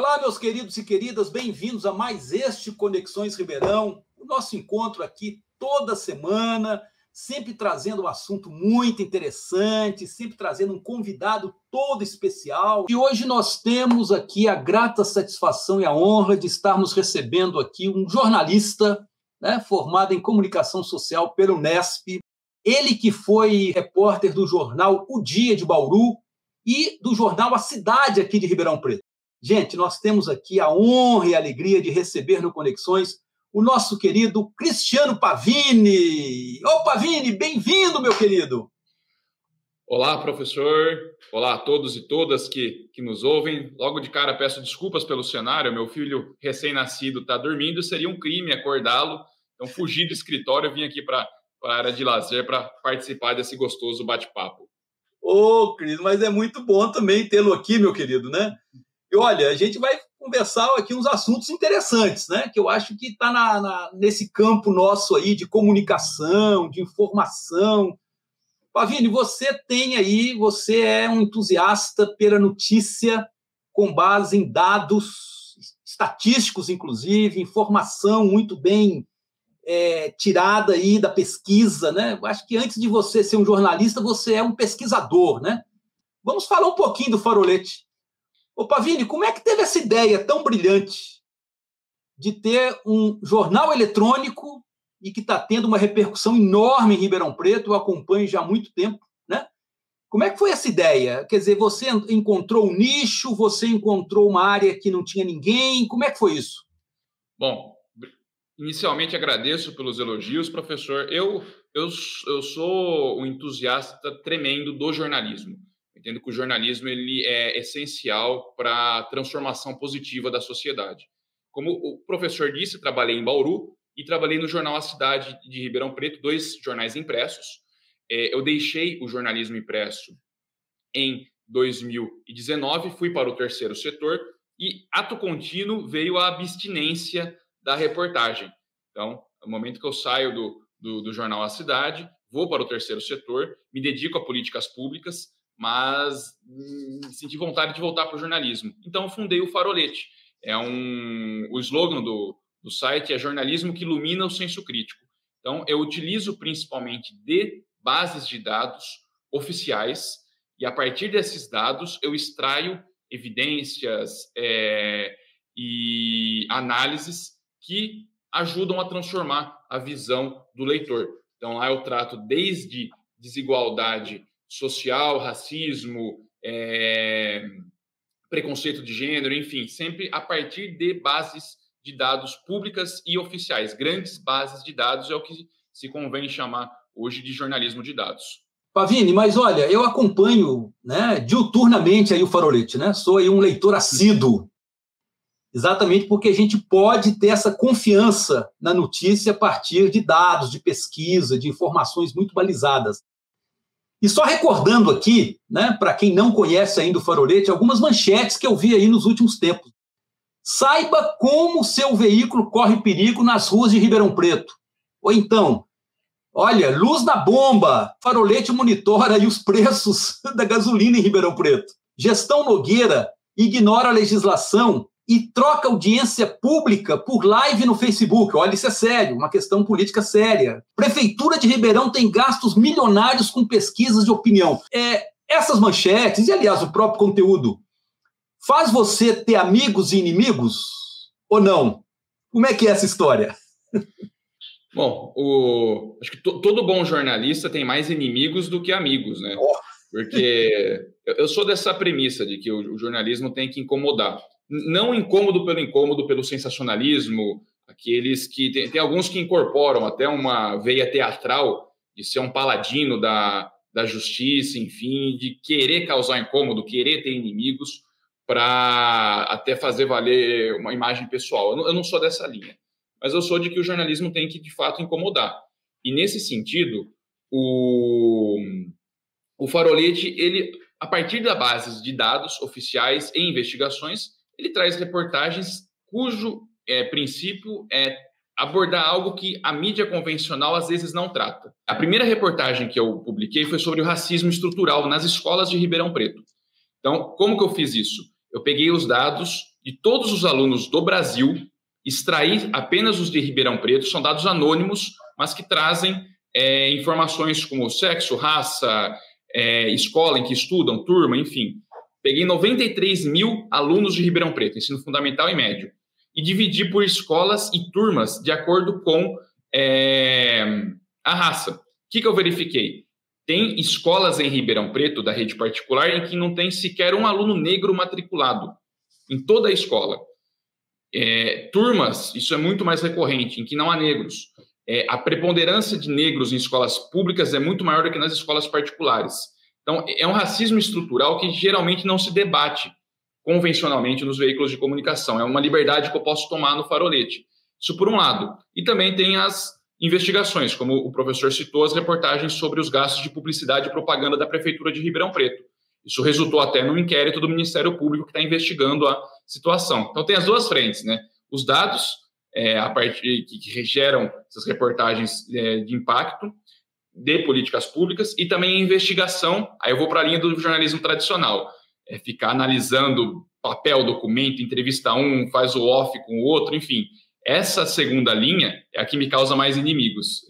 Olá, meus queridos e queridas, bem-vindos a mais este Conexões Ribeirão, o nosso encontro aqui toda semana, sempre trazendo um assunto muito interessante, sempre trazendo um convidado todo especial. E hoje nós temos aqui a grata satisfação e a honra de estarmos recebendo aqui um jornalista, né, formado em comunicação social pela Unesp, ele que foi repórter do jornal O Dia de Bauru e do jornal A Cidade aqui de Ribeirão Preto. Gente, nós temos aqui a honra e a alegria de receber no Conexões o nosso querido Cristiano Pavini. Ô, Pavini, bem-vindo, meu querido! Olá, professor. Olá a todos e todas que nos ouvem. Logo de cara, peço desculpas pelo cenário. Meu filho recém-nascido está dormindo. Seria um crime acordá-lo. Então, fugi do escritório e vim aqui para a área de lazer para participar desse gostoso bate-papo. Ô, Cris, mas é muito bom também tê-lo aqui, meu querido, né? E olha, a gente vai conversar aqui uns assuntos interessantes, né? Que eu acho que está nesse campo nosso aí de comunicação, de informação. Pavini, você é um entusiasta pela notícia com base em dados estatísticos, inclusive, informação muito bem tirada aí da pesquisa, né? Eu acho que antes de você ser um jornalista, você é um pesquisador, né? Vamos falar um pouquinho do Farolete. Ô, Pavini, como é que teve essa ideia tão brilhante de ter um jornal eletrônico e que está tendo uma repercussão enorme em Ribeirão Preto? Eu acompanho já há muito tempo, né? Como é que foi essa ideia? Quer dizer, você encontrou um nicho, você encontrou uma área que não tinha ninguém? Como é que foi isso? Bom, inicialmente agradeço pelos elogios, professor. Eu sou um entusiasta tremendo do jornalismo. Entendo que o jornalismo ele é essencial para a transformação positiva da sociedade. Como o professor disse, trabalhei em Bauru e trabalhei no jornal A Cidade de Ribeirão Preto, 2 jornais impressos. Eu deixei o jornalismo impresso em 2019, fui para o terceiro setor e, ato contínuo, veio a abstinência da reportagem. Então, no momento que eu saio do jornal A Cidade, vou para o terceiro setor, me dedico a políticas públicas, mas senti vontade de voltar para o jornalismo. Então, fundei o Farolete. O slogan do site é jornalismo que ilumina o senso crítico. Então, eu utilizo principalmente de bases de dados oficiais e, a partir desses dados, eu extraio evidências e análises que ajudam a transformar a visão do leitor. Então, lá eu trato desde desigualdade social, racismo, preconceito de gênero, enfim, sempre a partir de bases de dados públicas e oficiais. Grandes bases de dados é o que se convém chamar hoje de jornalismo de dados. Pavini, mas olha, eu acompanho, né, diuturnamente aí o Farolete, né? Sou aí um leitor assíduo, exatamente porque a gente pode ter essa confiança na notícia a partir de dados, de pesquisa, de informações muito balizadas. E só recordando aqui, né, para quem não conhece ainda o Farolete, algumas manchetes que eu vi aí nos últimos tempos. Saiba como seu veículo corre perigo nas ruas de Ribeirão Preto. Ou então, olha, luz na bomba, Farolete monitora aí os preços da gasolina em Ribeirão Preto. Gestão Nogueira ignora a legislação e troca audiência pública por live no Facebook. Olha, isso é sério, uma questão política séria. Prefeitura de Ribeirão tem gastos milionários com pesquisas de opinião. Essas manchetes, e aliás o próprio conteúdo, faz você ter amigos e inimigos ou não? Como é que é essa história? Bom, acho que todo bom jornalista tem mais inimigos do que amigos, né? Porque eu sou dessa premissa de que o jornalismo tem que incomodar. Não incômodo, pelo sensacionalismo, aqueles que... Tem alguns que incorporam até uma veia teatral de ser um paladino da justiça, enfim, de querer causar incômodo, querer ter inimigos para até fazer valer uma imagem pessoal. Eu não sou dessa linha, mas eu sou de que o jornalismo tem que, de fato, incomodar. E, nesse sentido, o Farolete, ele, a partir da base de dados oficiais e investigações, ele traz reportagens cujo princípio é abordar algo que a mídia convencional às vezes não trata. A primeira reportagem que eu publiquei foi sobre o racismo estrutural nas escolas de Ribeirão Preto. Então, como que eu fiz isso? Eu peguei os dados de todos os alunos do Brasil, extrair apenas os de Ribeirão Preto, são dados anônimos, mas que trazem informações como sexo, raça, escola em que estudam, turma, enfim. Peguei 93 mil alunos de Ribeirão Preto, ensino fundamental e médio, e dividi por escolas e turmas de acordo com a raça. O que eu verifiquei? Tem escolas em Ribeirão Preto, da rede particular, em que não tem sequer um aluno negro matriculado, em toda a escola. Turmas, isso é muito mais recorrente, em que não há negros. A preponderância de negros em escolas públicas é muito maior do que nas escolas particulares. Então, é um racismo estrutural que geralmente não se debate convencionalmente nos veículos de comunicação. É uma liberdade que eu posso tomar no farolete. Isso por um lado. E também tem as investigações, como o professor citou, as reportagens sobre os gastos de publicidade e propaganda da Prefeitura de Ribeirão Preto. Isso resultou até no inquérito do Ministério Público que está investigando a situação. Então, tem as duas frentes, né? Os dados, a partir que geram essas reportagens de impacto de políticas públicas, e também a investigação. Aí eu vou para a linha do jornalismo tradicional. Ficar analisando papel, documento, entrevista um, faz o off com o outro, enfim. Essa segunda linha é a que me causa mais inimigos.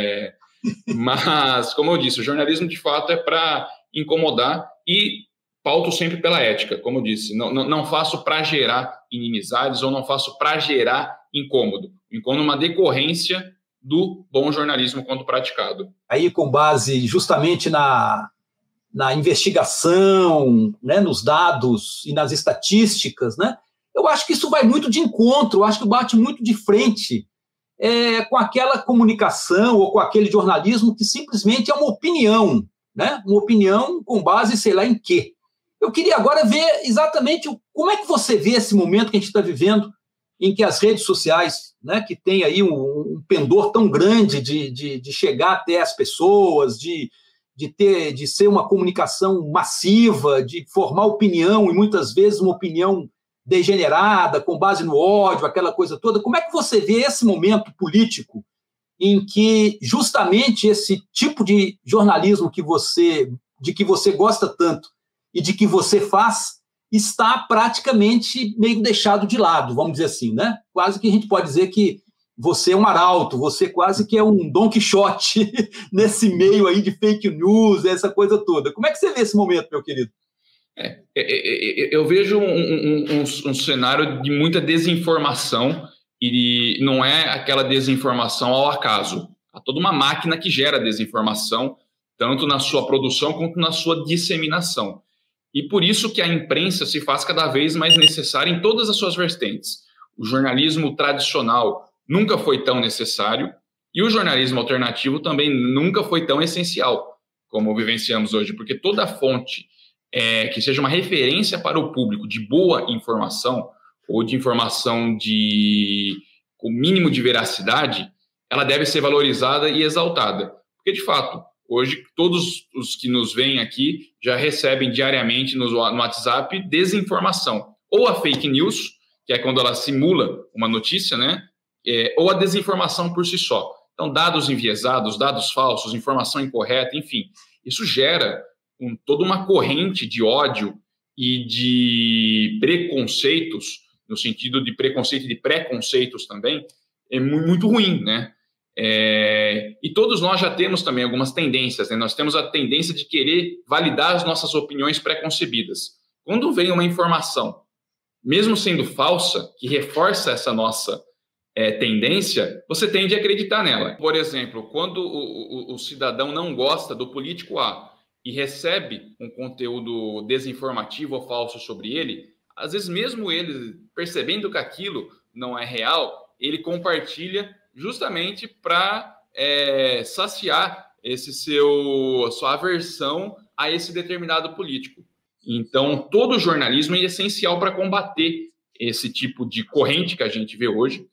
Mas, como eu disse, o jornalismo, de fato, é para incomodar e pauto sempre pela ética, como eu disse. Não faço para gerar inimizades ou não faço para gerar incômodo. Incômodo é uma decorrência do bom jornalismo quando praticado. Aí, com base justamente na investigação, né, nos dados e nas estatísticas, né, eu acho que isso vai muito de encontro, eu acho que bate muito de frente com aquela comunicação ou com aquele jornalismo que simplesmente é uma opinião, né, uma opinião com base, sei lá, em quê. Eu queria agora ver exatamente como é que você vê esse momento que a gente está vivendo, em que as redes sociais, né, que tem aí um pendor tão grande de chegar até as pessoas, de ser uma comunicação massiva, de formar opinião, e muitas vezes uma opinião degenerada, com base no ódio, aquela coisa toda. Como é que você vê esse momento político em que justamente esse tipo de jornalismo de que você gosta tanto e de que você faz está praticamente meio deixado de lado, vamos dizer assim, né? Quase que a gente pode dizer que você é um arauto, você quase que é um Dom Quixote nesse meio aí de fake news, essa coisa toda. Como é que você vê esse momento, meu querido? Eu vejo um cenário de muita desinformação, e não é aquela desinformação ao acaso. Há toda uma máquina que gera desinformação, tanto na sua produção quanto na sua disseminação. E por isso que a imprensa se faz cada vez mais necessária em todas as suas vertentes. O jornalismo tradicional nunca foi tão necessário, e o jornalismo alternativo também nunca foi tão essencial como vivenciamos hoje, porque toda fonte que seja uma referência para o público de boa informação, ou de informação com mínimo de veracidade, ela deve ser valorizada e exaltada. Porque, de fato, hoje todos os que nos veem aqui já recebem diariamente no WhatsApp desinformação. Ou a fake news, que é quando ela simula uma notícia, né? Ou a desinformação por si só. Então, dados enviesados, dados falsos, informação incorreta, enfim. Isso gera toda uma corrente de ódio e de preconceitos, no sentido de preconceito e de preconceitos também, é muito ruim, né? E todos nós já temos também algumas tendências, né? Nós temos a tendência de querer validar as nossas opiniões preconcebidas. Quando vem uma informação, mesmo sendo falsa, que reforça essa nossa tendência, você tende a acreditar nela. Por exemplo, quando o cidadão não gosta do político A e recebe um conteúdo desinformativo ou falso sobre ele, às vezes mesmo ele percebendo que aquilo não é real, ele compartilha justamente para saciar sua aversão a esse determinado político. Então, todo o jornalismo é essencial para combater esse tipo de corrente que a gente vê hoje.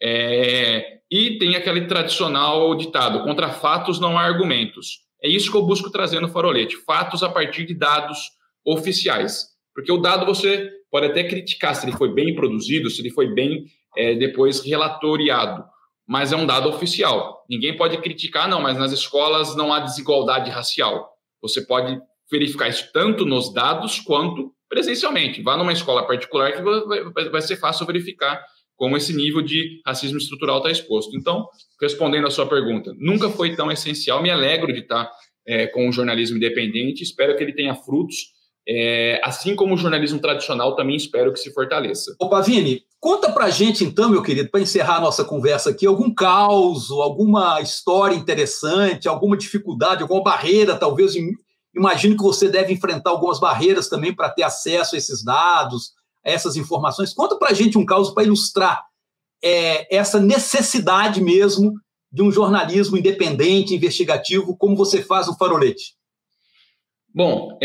E tem aquele tradicional ditado: contra fatos não há argumentos. É isso que eu busco trazer no Farolete, fatos a partir de dados oficiais. Porque o dado você pode até criticar se ele foi bem produzido, se ele foi bem depois relatoriado, mas é um dado oficial. Ninguém pode criticar, não, mas nas escolas não há desigualdade racial. Você pode verificar isso tanto nos dados quanto presencialmente. Vá numa escola particular que vai ser fácil verificar como esse nível de racismo estrutural está exposto. Então, respondendo à sua pergunta, nunca foi tão essencial. Me alegro de estar com o jornalismo independente, espero que ele tenha frutos, assim como o jornalismo tradicional também espero que se fortaleça. Ô, Pavini, conta pra gente então, meu querido, para encerrar a nossa conversa aqui, algum caos, alguma história interessante, alguma dificuldade, alguma barreira, talvez. Imagino que você deve enfrentar algumas barreiras também para ter acesso a esses dados, a essas informações. Conta pra gente um caos para ilustrar essa necessidade mesmo de um jornalismo independente, investigativo, como você faz no Farolete. Bom,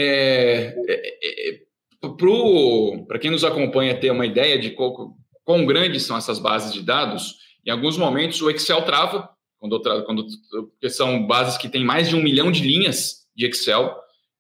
para quem nos acompanha ter uma ideia de quão grandes são essas bases de dados, em alguns momentos o Excel trava, porque são bases que têm mais de 1 milhão de linhas de Excel,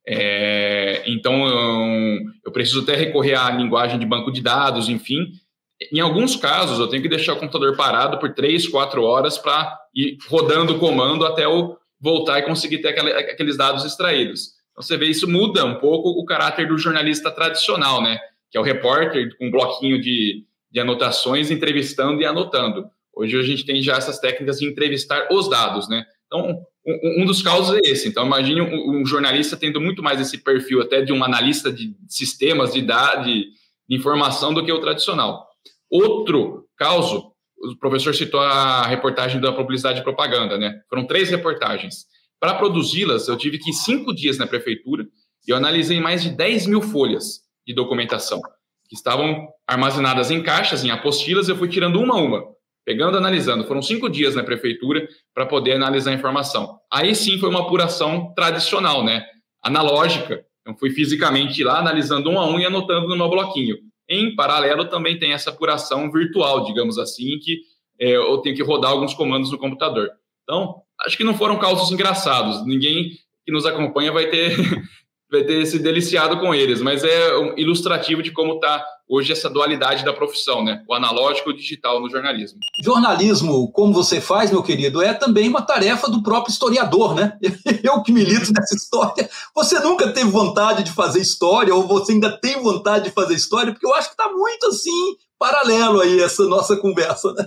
então eu preciso até recorrer à linguagem de banco de dados, enfim. Em alguns casos, eu tenho que deixar o computador parado por 3, 4 horas para ir rodando o comando até eu voltar e conseguir ter aqueles dados extraídos. Então, você vê, isso muda um pouco o caráter do jornalista tradicional, né? Que é o repórter com um bloquinho de anotações, entrevistando e anotando. Hoje a gente tem já essas técnicas de entrevistar os dados, né? Então, um dos causos é esse. Então, imagine um jornalista tendo muito mais esse perfil até de um analista de sistemas, de informação do que o tradicional. Outro caso, o professor citou a reportagem da publicidade e propaganda, né? Foram 3 reportagens. Para produzi-las, eu tive que ir 5 dias na prefeitura e eu analisei mais de 10 mil folhas de documentação que estavam armazenadas em caixas, em apostilas, eu fui tirando uma a uma, pegando, analisando. Foram 5 dias na prefeitura para poder analisar a informação. Aí sim foi uma apuração tradicional, né? Analógica. Então, fui fisicamente lá, analisando um a um e anotando no meu bloquinho. Em paralelo, também tem essa apuração virtual, digamos assim, que eu tenho que rodar alguns comandos no computador. Então, acho que não foram causos engraçados. Ninguém que nos acompanha vai ter se deliciado com eles, mas é ilustrativo de como está hoje essa dualidade da profissão, né? O analógico e o digital no jornalismo. Jornalismo, como você faz, meu querido, é também uma tarefa do próprio historiador, né? Eu que milito nessa história. Você nunca teve vontade de fazer história, ou você ainda tem vontade de fazer história? Porque eu acho que está muito, assim, paralelo aí essa nossa conversa, né?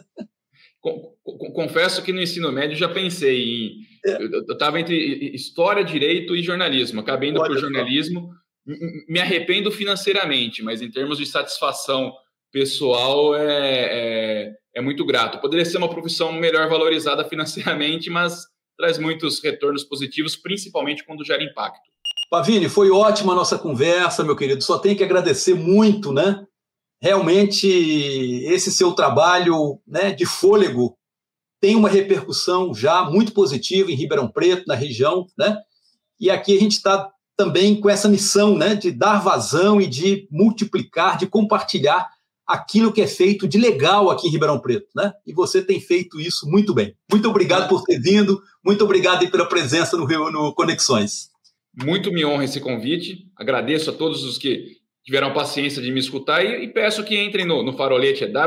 Confesso que no ensino médio já pensei em... Eu estava entre história, direito e jornalismo. Acabei indo para o jornalismo. Me arrependo financeiramente, mas em termos de satisfação pessoal é muito grato. Poderia ser uma profissão melhor valorizada financeiramente, mas traz muitos retornos positivos, principalmente quando gera impacto. Pavini, foi ótima a nossa conversa, meu querido. Só tenho que agradecer muito, né? Realmente, esse seu trabalho, né, de fôlego tem uma repercussão já muito positiva em Ribeirão Preto, na região, né? E aqui a gente está também com essa missão, né, de dar vazão e de multiplicar, de compartilhar aquilo que é feito de legal aqui em Ribeirão Preto, né? E você tem feito isso muito bem. Muito obrigado por ter vindo, muito obrigado aí pela presença no Conexões. Muito me honra esse convite, agradeço a todos os que tiveram a paciência de me escutar e peço que entrem no Farolete, é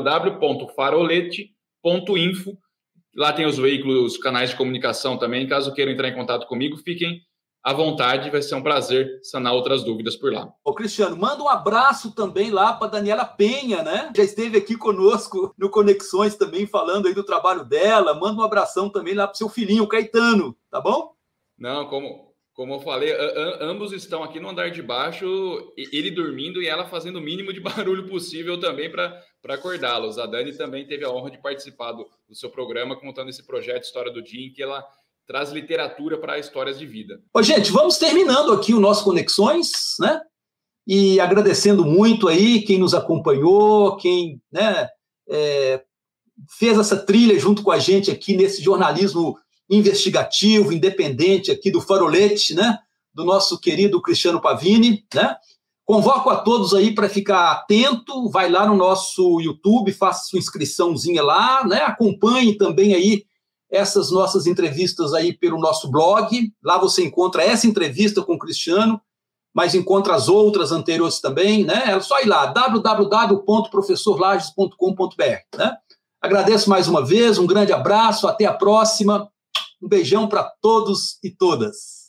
www.farolete.info. Lá tem os veículos, os canais de comunicação também. Caso queiram entrar em contato comigo, fiquem à vontade, vai ser um prazer sanar outras dúvidas por lá. Ô, Cristiano, manda um abraço também lá para Daniela Penha, né? Já esteve aqui conosco no Conexões também, falando aí do trabalho dela. Manda um abração também lá para o seu filhinho, Caetano, tá bom? Não, como eu falei, ambos estão aqui no andar de baixo, ele dormindo e ela fazendo o mínimo de barulho possível também para acordá-los. A Dani também teve a honra de participar do seu programa, contando esse projeto História do Dia, em que ela traz literatura para histórias de vida. Ô, gente, vamos terminando aqui o nosso Conexões, né? E agradecendo muito aí quem nos acompanhou, quem, né, fez essa trilha junto com a gente aqui nesse jornalismo investigativo, independente aqui do Farolete, né? Do nosso querido Cristiano Pavini, né? Convoco a todos aí para ficar atento, vai lá no nosso YouTube, faça sua inscriçãozinha lá, né? Acompanhe também aí essas nossas entrevistas aí pelo nosso blog. Lá você encontra essa entrevista com o Cristiano, mas encontra as outras anteriores também, né? É só ir lá, www.professorlages.com.br, né? Agradeço mais uma vez, um grande abraço, até a próxima. Um beijão para todos e todas.